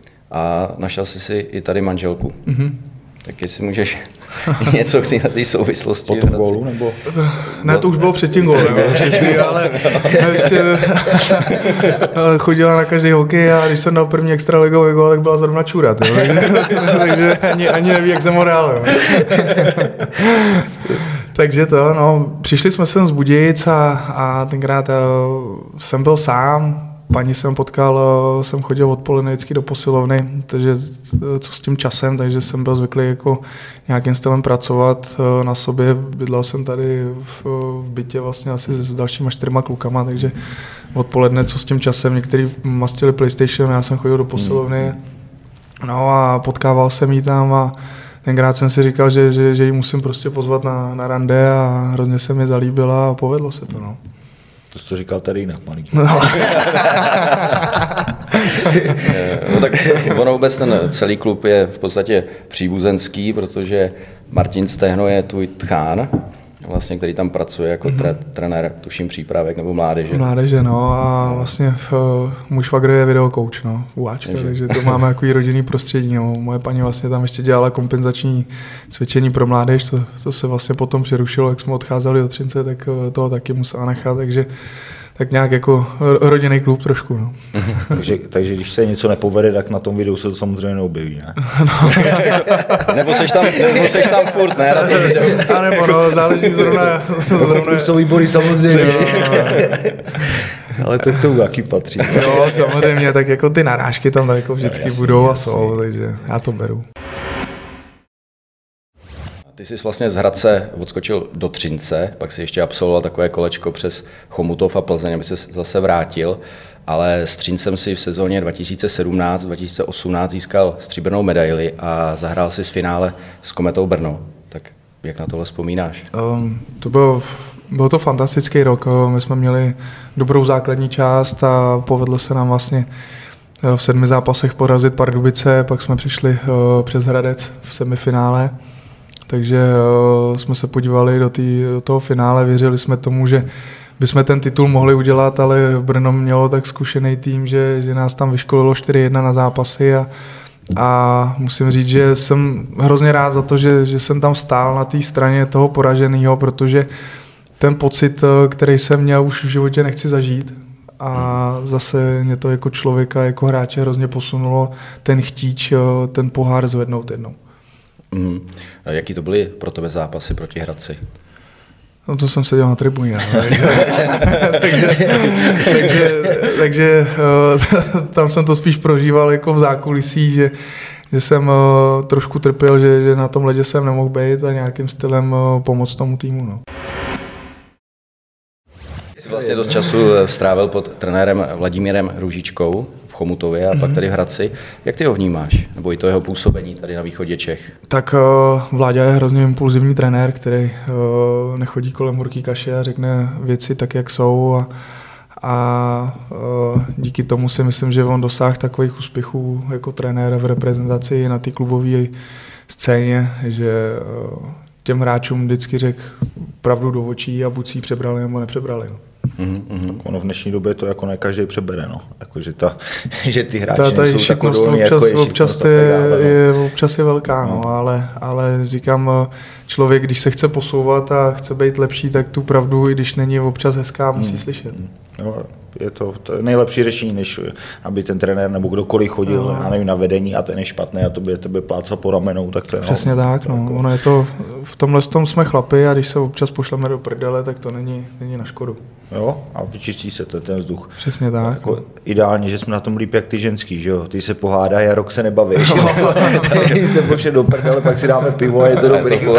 A: a našel jsi si i tady manželku. Mm-hmm. Tak jestli můžeš něco k té souvislosti.
C: Po tom gólu, nebo?
B: Ne, to už bylo před tím gólem, ale ještě chodila na každý hokej a když jsem dal první extraligový gól, tak byla zrovna čůrat, jo. Takže ani, ani neví, jak jsem ho hrál. Takže to, no, přišli jsme sem z Budějic a, a tenkrát jsem byl sám, paní jsem potkal, jsem chodil odpoledne vždycky do posilovny, takže co s tím časem, takže jsem byl zvyklý jako nějakým stylem pracovat na sobě, bydlel jsem tady v, v bytě vlastně asi s dalšíma čtyřma klukama, takže odpoledne co s tím časem, někteří mastili PlayStation, já jsem chodil do posilovny, no a potkával jsem jí tam a tenkrát jsem si říkal, že, že, že ji musím prostě pozvat na, na rande a hrozně se mi zalíbila a povedlo se to, no.
C: To jsi to říkal tady jinak, malý.
B: No.
A: No tak ono vůbec ten celý klub je v podstatě příbuzenský, protože Martin Stehno je tvůj tchán, vlastně, který tam pracuje jako mm-hmm. tre, trenér, tuším přípravek nebo mládeže.
B: Mládeže, no a vlastně uh, můj švagr je videokouč, no, uáčka, takže. takže to máme jako rodinný prostředí, no. Moje paní vlastně tam ještě dělala kompenzační cvičení pro mládež, to, to se vlastně potom přerušilo, jak jsme odcházeli do Třince, tak uh, toho taky musela nechat, takže tak nějak jako rodinný klub trošku, no.
C: takže, takže když se něco nepovede, tak na tom videu se to samozřejmě neobjeví, ne?
B: No.
A: nebo seš tam, nebo seš tam furt, ne?
B: A nebo no, záleží zrovna...
C: zrovna... jsou výbory samozřejmě. Ale to k tomu jaký patří.
B: Jo, samozřejmě, tak jako ty narážky tam jako vždycky no, jasný, budou a jsou, takže já to beru.
A: Ty jsi vlastně z Hradce odskočil do Třince, pak si ještě absolvoval takové kolečko přes Chomutov a Plzeň, aby se zase vrátil, ale s Třincem si v sezóně dva tisíce sedmnáct dva tisíce osmnáct získal stříbrnou medaili a zahrál si z finále s Kometou Brno. Tak jak na tohle vzpomínáš?
B: Um, to byl, byl to fantastický rok, my jsme měli dobrou základní část a povedlo se nám vlastně v sedmi zápasech porazit Pardubice, pak jsme přišli uh, přes Hradec v semifinále. Takže uh, jsme se podívali do, tý, do toho finále, věřili jsme tomu, že bychom ten titul mohli udělat, ale Brno mělo tak zkušený tým, že, že nás tam vyškolilo čtyři jedna na zápasy a, a musím říct, že jsem hrozně rád za to, že, že jsem tam stál na té straně toho poraženého, protože ten pocit, který jsem měl, už v životě nechci zažít. A zase mě to jako člověka, jako hráče hrozně posunulo ten chtíč, ten pohár zvednout jednou.
A: Mm. A jaký to byly pro tebe zápasy proti Hradci?
B: No to jsem seděl na tribuně. takže takže, takže tam jsem to spíš prožíval jako v zákulisí, že, že jsem trošku trpěl, že, že na tom ledě jsem nemohl být a nějakým stylem pomoct tomu týmu. No.
A: Jsi vlastně dost času strávil pod trenérem Vladimírem Růžičkou v Chomutově a mm-hmm. pak tady v Hradci. Jak ty ho vnímáš? Nebo i to jeho působení tady na východě Čech?
B: Tak uh, Vláďa je hrozně impulzivní trenér, který uh, nechodí kolem horký kaše a řekne věci tak, jak jsou. A, a uh, díky tomu si myslím, že on dosáhl takových úspěchů jako trenér v reprezentaci na té klubové scéně, že uh, těm hráčům vždycky řekl pravdu do očí a buď si ji přebrali nebo nepřebrali. No.
C: Mm-hmm. Tak ono v dnešní době to jako ne každý přebere, no. Jako, že, ta, že ty hráči
B: ta, ta
C: nejsou tak odolní,
B: občas,
C: jako je
B: občas, je, je, občas je velká, no. No, ale, ale říkám, člověk, když se chce posouvat a chce být lepší, tak tu pravdu, i když není občas hezká, musí mm. slyšet.
C: No, je to, to je nejlepší řešení, než aby ten trenér nebo kdokoliv chodil no. já nevím, na vedení a ten je špatný a tobě, tebe plácal po ramenou, tak to je...
B: Přesně
C: no,
B: tak, no. Jako... ono je to, v tomhle tom jsme chlapi a když se občas pošleme do prdele, tak to není, není na škodu.
C: Jo, a vyčistí se ten, ten vzduch.
B: Přesně tak.
C: Jako no. Ideálně, že jsme na tom líp jak ty ženský, že jo? Ty se pohádají a rok se nebavíš. No. Když se pošle do prdele, pak si dáme pivo a je to dobrý.
A: To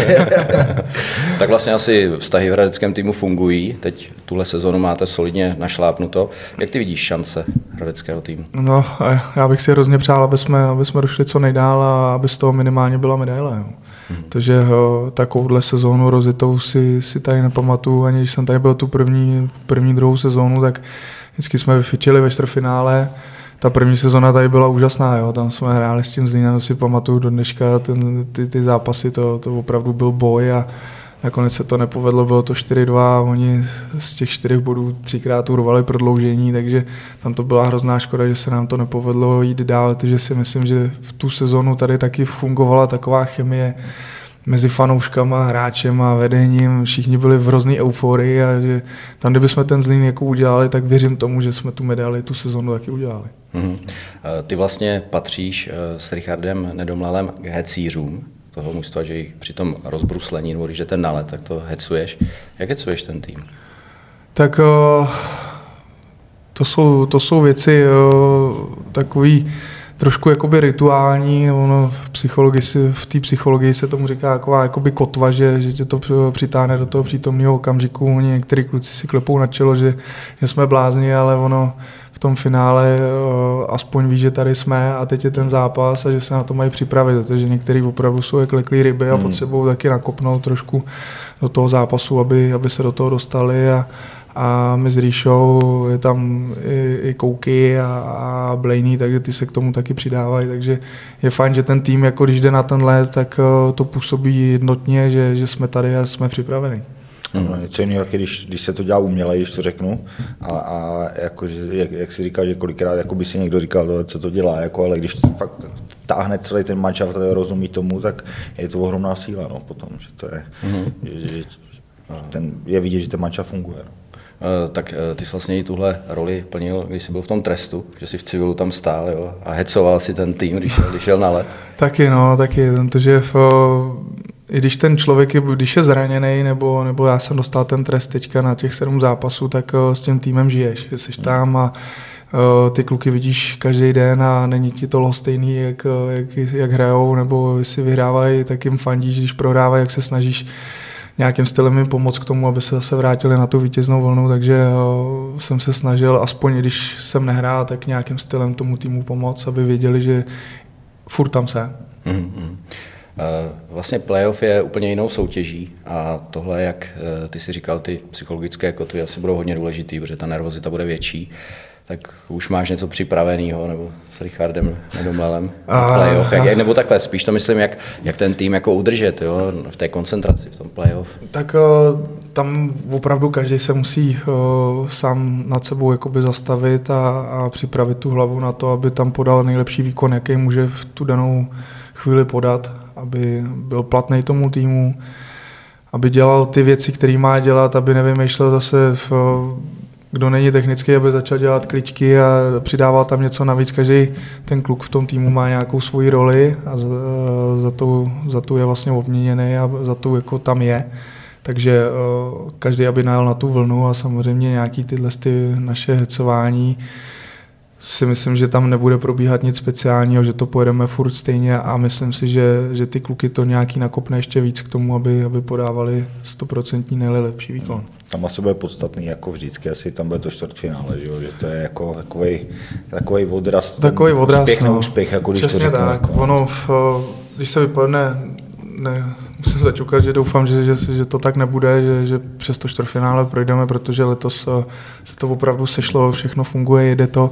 A: tak vlastně asi vztahy v hradeckém týmu fungují. Teď tuhle sezonu máte solidně našlápnuto. Jak ty vidíš šance hradeckého týmu?
B: No, já bych si hrozně přál, aby jsme, aby jsme došli co nejdál a aby z toho minimálně byla medaile. Jo. Hmm. Takže takovouhle sezónu rozjetou si, si tady nepamatuju, ani když jsem tady byl tu první, první druhou sezónu, tak vždycky jsme vyfičili ve čtvrtfinále. Ta první sezona tady byla úžasná, jo. Tam jsme hráli s tím Zlínem, si pamatuju do dneška ten, ty, ty zápasy, to, to opravdu byl boj a nakonec se to nepovedlo, bylo to čtyři dva, oni z těch čtyřech bodů třikrát urvali prodloužení, takže tam to byla hrozná škoda, že se nám to nepovedlo jít dál, takže si myslím, že v tu sezonu tady taky fungovala taková chemie mezi fanouškama, hráčem a vedením, všichni byli v hrozný euforii a že tam, kdybychom ten Zlín jako udělali, tak věřím tomu, že jsme tu medaili tu sezonu taky udělali.
A: Mm-hmm. Ty vlastně patříš s Richardem Nedomlalem k hecířům toho mužstva, že jich při tom rozbruslení, nebo když jdete na let, tak to hecuješ. Jak hecuješ ten tým?
B: Tak to jsou, to jsou věci takový trošku jakoby rituální, ono v psychologii, v té psychologii se tomu říká taková jakoby kotva, že, že tě to přitáhne do toho přítomného okamžiku. Některý kluci si klepou na čelo, že, že jsme blázni, ale ono v tom finále aspoň ví, že tady jsme a teď je ten zápas a že se na to mají připravit, protože některý opravdu jsou jak leklý ryby a hmm. potřebují taky nakopnout trošku do toho zápasu, aby, aby se do toho dostali a A my s Ríšou je tam i, i Kouky a, a Blaney, takže ty se k tomu taky přidávají, takže je fajn, že ten tým, jako když jde na ten let, tak to působí jednotně, že, že jsme tady a jsme připraveni.
C: No, něco jiného, když, když se to dělá uměle, když to řeknu, a, a jako, že, jak, jak si říkal, že kolikrát jako by si někdo říkal, co to dělá, jako, ale když to fakt táhne celý ten mančav a rozumí tomu, tak je to ohromná síla, no, potom, že to je, mm-hmm. že, že ten, je vidět, že ten mančav funguje. No.
A: Uh, tak uh, ty jsi vlastně i tuhle roli plnil, když jsi byl v tom trestu, že jsi v civilu tam stál, jo, a hecoval si ten tým, když, když šel na let.
B: Taky, no, taky, protože v, i když ten člověk je, když je zraněný, nebo, nebo já jsem dostal ten trest teďka na těch sedm zápasů, tak s tím týmem žiješ, že jsi tam a uh, ty kluky vidíš každý den a není ti to lhostejný, jak, jak, jak hrajou, nebo jestli vyhrávají, tak jim fandíš, když prohrávají, jak se snažíš nějakým stylem jim pomoct k tomu, aby se zase vrátili na tu vítěznou vlnu, takže uh, jsem se snažil, aspoň když jsem nehrál, tak nějakým stylem tomu týmu pomoct, aby věděli, že furt tam se.
A: Mm-hmm. Vlastně playoff je úplně jinou soutěží a tohle, jak ty si říkal, ty psychologické kotvy asi budou hodně důležitý, protože ta nervozita bude větší. tak už máš něco připraveného, nebo s Richardem Nedomlelem na playoff, jak, nebo takhle, spíš to myslím, jak, jak ten tým jako udržet, jo, v té koncentraci, v tom playoff.
B: Tak tam opravdu každý se musí uh, sám nad sebou jakoby zastavit a, a připravit tu hlavu na to, aby tam podal nejlepší výkon, jaký může v tu danou chvíli podat, aby byl platný tomu týmu, aby dělal ty věci, které má dělat, aby nevymýšlel zase, v, kdo není technický, aby začal dělat kličky a přidával tam něco navíc. Každý ten kluk v tom týmu má nějakou svoji roli a za, za, to, za to je vlastně obměněný a za to jako tam je. Takže uh, každý, aby najel na tu vlnu a samozřejmě nějaký tyhle ty naše hecování, si myslím, že tam nebude probíhat nic speciálního, že to pojedeme furt stejně a myslím si, že, že ty kluky to nějaký nakopne ještě víc k tomu, aby, aby podávali stoprocentní nejlepší výkon.
C: Tam asi bude podstatný, jako vždycky, asi tam bude to čtvrtfinále, že, že to je jako takovej, takovej odraz,
B: takový odraz,
C: úspěch
B: no.
C: Neúspěch, jako když
B: přesně
C: to řekne,
B: tak,
C: jako,
B: ono, v, když se vypadne, ne, musím začukat, že doufám, že, že, že to tak nebude, že, že přes to čtvrtfinále projdeme, protože letos se to opravdu sešlo, všechno funguje, jede to.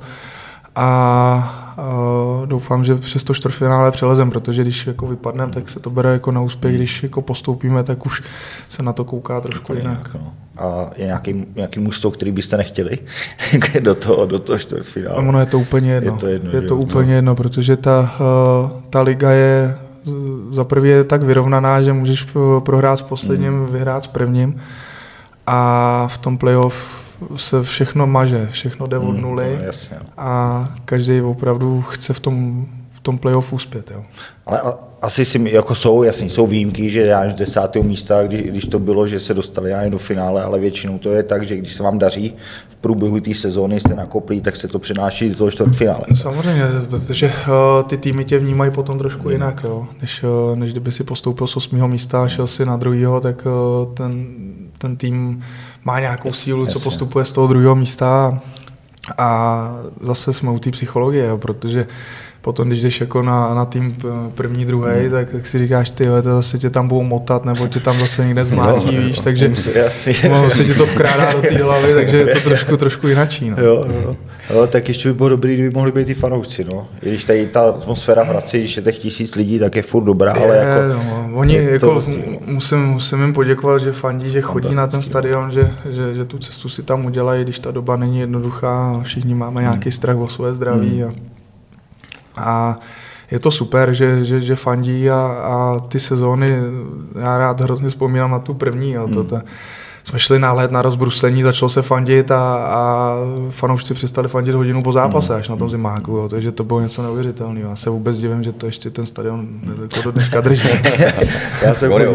B: A uh, doufám, že přes to čtvrtfinále přelezem, protože když jako vypadneme, tak se to bere jako na úspěch, když jako postoupíme, tak už se na to kouká trošku jinak.
C: No. A je nějaký, nějaký mužstvo, který byste nechtěli do toho, do toho čtvrtfinále?
B: Ono je to úplně jedno.
C: Je to, jedno,
B: je to úplně no. jedno, protože ta, uh, ta liga je za prvý je tak vyrovnaná, že můžeš prohrát s posledním, hmm. vyhrát s prvním a v tom playoff se všechno maže, všechno jde od nuly
C: hmm, jasně.
B: A každý opravdu chce v tom, v tom playoff uspět. Jo.
C: Ale a, asi si, jako jsou, jasně, jsou výjimky, že já z desátého místa, když, když to bylo, že se dostali já do finále, ale většinou to je tak, že když se vám daří v průběhu té sezóny, jste nakoplí, tak se to přenáší do toho čtvrtfinále.
B: Samozřejmě, protože uh, ty týmy tě vnímají potom trošku hmm. jinak, jo. Než, uh, než kdyby si postoupil z osmého místa a šel si na druhýho, tak uh, ten, ten tým má nějakou sílu, co postupuje z toho druhého místa a zase jsme u té psychologie, jo, protože potom, když jdeš jako na, na tým první, druhý, tak, tak si říkáš, ty to zase tě tam budou motat, nebo tě tam zase někde zmátí, no, víš, no, takže no, se ti to vkrádá do té hlavy, takže je to trošku, trošku jinačí. No.
C: Jo, jo. Jo, tak ještě by bylo dobrý, kdyby mohli být i fanoušci, no. I když tady ta atmosféra v Hradci, když je těch tisíc lidí, tak je furt dobrá, ale
B: je,
C: jako...
B: No, oni jako, vlastně, musím, musím jim poděkovat, že fandí, že chodí na ten stadion, že, že, že tu cestu si tam udělají, když ta doba není jednoduchá, všichni máme nějaký hmm. strach o své zdraví. Hmm. A, A je to super, že, že, že fandí a, a ty sezóny, já rád hrozně vzpomínám na tu první. Jo, to, to, jsme šli na let na rozbruslení, začalo se fandit a, a fanoušci přestali fandit hodinu po zápase, až na tom zimáku. Jo, takže to bylo něco neuvěřitelného. Já se vůbec divím, že to ještě ten stadion jako do dneška drží.
C: já, se chodím,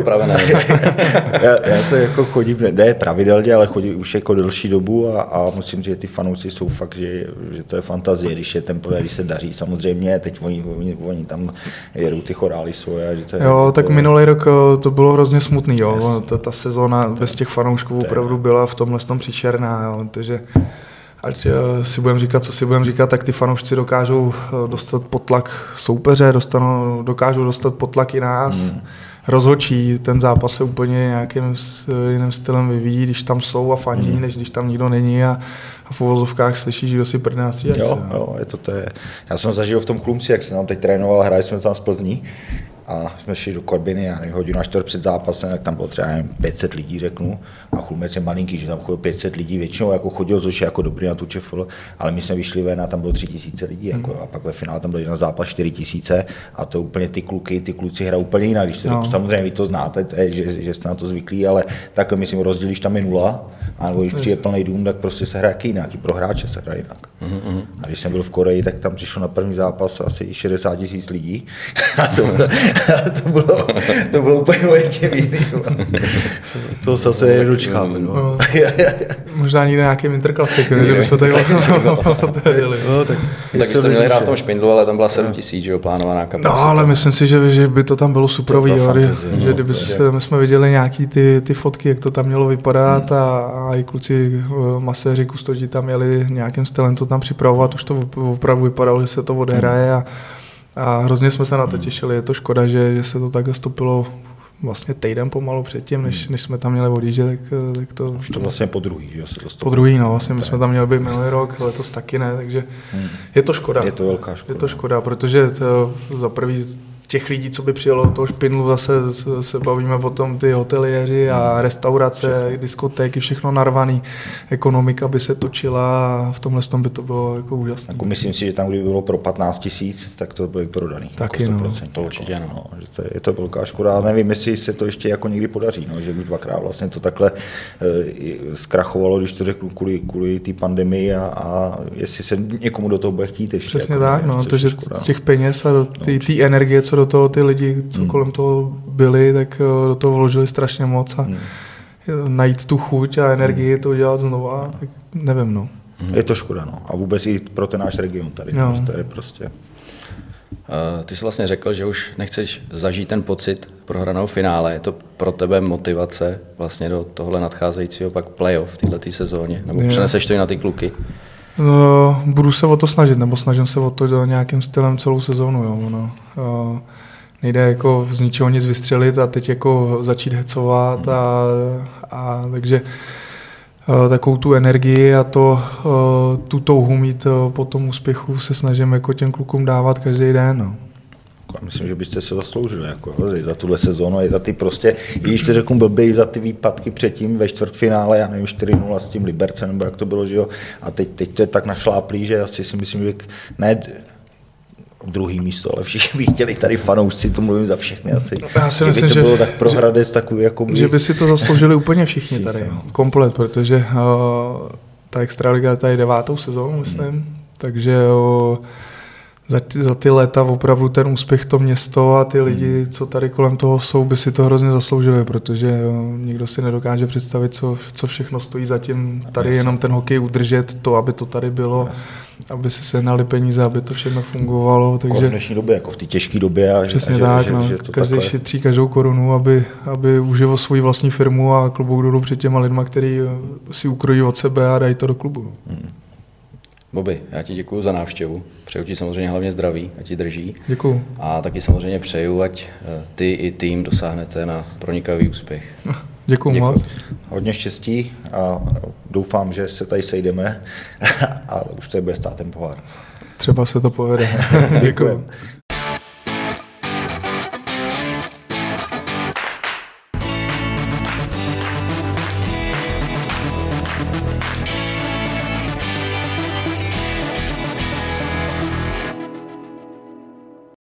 C: já, já se jako chodím, ne pravidelně, ale chodím už jako delší dobu a, a musím říct, že ty fanoušci jsou fakt, že, že to je fantazie, když je ten plné, když se daří. Samozřejmě, teď oni, oni, oni tam jedou ty chorály svoje. Že to je,
B: jo,
C: to,
B: tak minulý rok to bylo hrozně smutný. Jo. Ta, ta sezóna bez těch fanoušků opravdu byla v tomhle tom příšerná, jo. Takže ať si budeme říkat, co si budeme říkat, tak ty fanoušci dokážou dostat pod tlak soupeře, dostanou, dokážou dostat pod tlak i nás. Hmm. Rozhodčí, ten zápas se úplně nějakým jiným stylem vyvíjí, když tam jsou a fandí, hmm. než když tam nikdo není a, a v uvozovkách slyšíš, kdo si prdne na střídačce.
C: Jo, jo, je to, to je. Já jsem zažil v tom Chlumci, jak jsem tam teď trénoval, hráli jsme tam z Plzní a jsme šli do Korbiny, já nevím, hodinu až čtvrt před zápasem, tak tam bylo třeba pět set lidí, řeknu, a Chlumec je malinký, že tam chodilo pět set lidí, většinou jako chodilo, což je jako dobrý na tu ČFL, ale my jsme vyšli ven a tam bylo tři tisíce lidí, jako, a pak ve finále tam byl na zápas čtyři tisíce a to úplně ty kluky, ty kluci hrají úplně jinak, když to, no. Samozřejmě vy to znáte, to je, že, že jste na to zvyklí, ale takhle myslím, rozdíl, když tam je nula, a když přijde plný dům, tak prostě se hraje jinak, i pro hráče se hraje jinak. Mm-hmm. A když jsem byl v Koreji, tak tam přišlo na první zápas asi šedesát tisíc lidí a to bylo, to bylo, to bylo úplně ještě jiný. To zase nedočkáme. No. No,
B: možná někde nějakým interklasikem, že bychom tady vlastně otevřeli.
A: No, tak tak jste měli hrát v tom Špindlu, ale tam byla sedm tisíc, že jo, plánovaná kapacita.
B: No, ale myslím si, že, že by to tam bylo superový, jo, fantazie, že, no, že kdyby jsme, jsme viděli nějaký ty, ty fotky, jak to tam mělo vypadat hmm. a, a i kluci maséři, kustoži tam měli nějakým stylem to tam připravovat, už to opravdu vypadalo, že se to odehraje a, a hrozně jsme se na to těšili. Je to škoda, že, že se to tak stopilo vlastně týden pomalu předtím, než, než jsme tam měli odjíždět, tak, tak to...
C: Už to vlastně po druhý, že se
B: Po druhý, no, vlastně my jsme tam měli být minulý rok, letos taky ne, takže hmm. je to škoda.
C: Je to velká škoda.
B: Je to škoda, protože to, za prvý těch lidí, co by přijelo toho špindlu, zase se bavíme potom ty hoteliéři a restaurace, všechno. Diskotéky, všechno narvaný, ekonomika by se točila a v tomhle tom by to bylo jako úžasné.
C: Jako myslím si, že tam, kdyby bylo pro patnáct tisíc, tak to by prodaný.
B: Taky
C: jako
B: no.
C: To určitě no. no že to je, je to velká škoda, ale nevím, jestli se to ještě jako někdy podaří, no, že už dvakrát vlastně to takhle e, zkrachovalo, když to řeknu kvůli, kvůli té pandemii a, a jestli se někomu do toho bude chtít ještě.
B: Přesně
C: jako,
B: tak, no, to, že
C: škoda.
B: těch peněz a ty, ty energie, co do toho ty lidi, co hmm. kolem toho byli, tak do toho vložili strašně moc a hmm. najít tu chuť a energii to udělat znova, tak nevím, no.
C: Je to škoda, no. A vůbec i pro ten náš region tady, no. To je prostě...
A: Uh, ty jsi vlastně řekl, že už nechceš zažít ten pocit prohraného finále. Je to pro tebe motivace vlastně do tohle nadcházejícího pak playoff v této sezóně? Nebo je. Přeneseš to i na ty kluky?
B: No, budu se o to snažit, nebo snažím se o to do nějakým stylem celou sezónu, jo, no. Uh, nejde jako z ničeho nic vystřelit a teď jako začít hecovat a, a takže uh, takovou tu energii a to, uh, tu touhu mít uh, po tom úspěchu se snažím jako těm klukům dávat každý den, no.
C: Myslím, že byste se zasloužili jako, za tuhle sezónu, i za ty prostě, i když to řeknu blbě, za ty výpadky předtím ve čtvrtfinále, já nevím, čtyři nula s tím Libercem, nebo jak to bylo, že jo, a teď, teď to je tak našláplý, že asi si myslím, že ne druhý místo, ale všichni by chtěli tady fanoušci, to mluvím za všechny asi,
B: já si
C: že
B: myslím,
C: by to bylo
B: že,
C: tak pro Hradec takový, jako by...
B: Že by si to zasloužili úplně všichni tady, no. Komplet, protože uh, ta extraliga je tady devátou sezónu, myslím, hmm. takže uh, Za ty, za ty léta opravdu ten úspěch to město a ty lidi, co tady kolem toho jsou, by si to hrozně zasloužili, protože jo, nikdo si nedokáže představit, co, co všechno stojí za tím tady Jasně. jenom ten hokej udržet, to, aby to tady bylo, Jasně. aby si sehnali peníze, aby to všechno fungovalo. Takže
C: v dnešní době, jako v té těžké době. A
B: přesně
C: že,
B: tak,
C: že,
B: no,
C: že to
B: každý
C: takhle...
B: šetří každou korunu, aby, aby uživil svou vlastní firmu a klobouk dolů před těma lidma, který si ukrojí od sebe a dají to do klubu. Hmm.
A: Bobby, já ti děkuju za návštěvu. Přeju ti samozřejmě hlavně zdraví, ať ti drží.
B: Děkuju.
A: A taky samozřejmě přeju, ať ty i tým dosáhnete na pronikavý úspěch.
B: Děkuju, děkuju moc.
C: Hodně štěstí a doufám, že se tady sejdeme, ale už to bude stát ten pohár.
B: Třeba se to povede. Děkuju.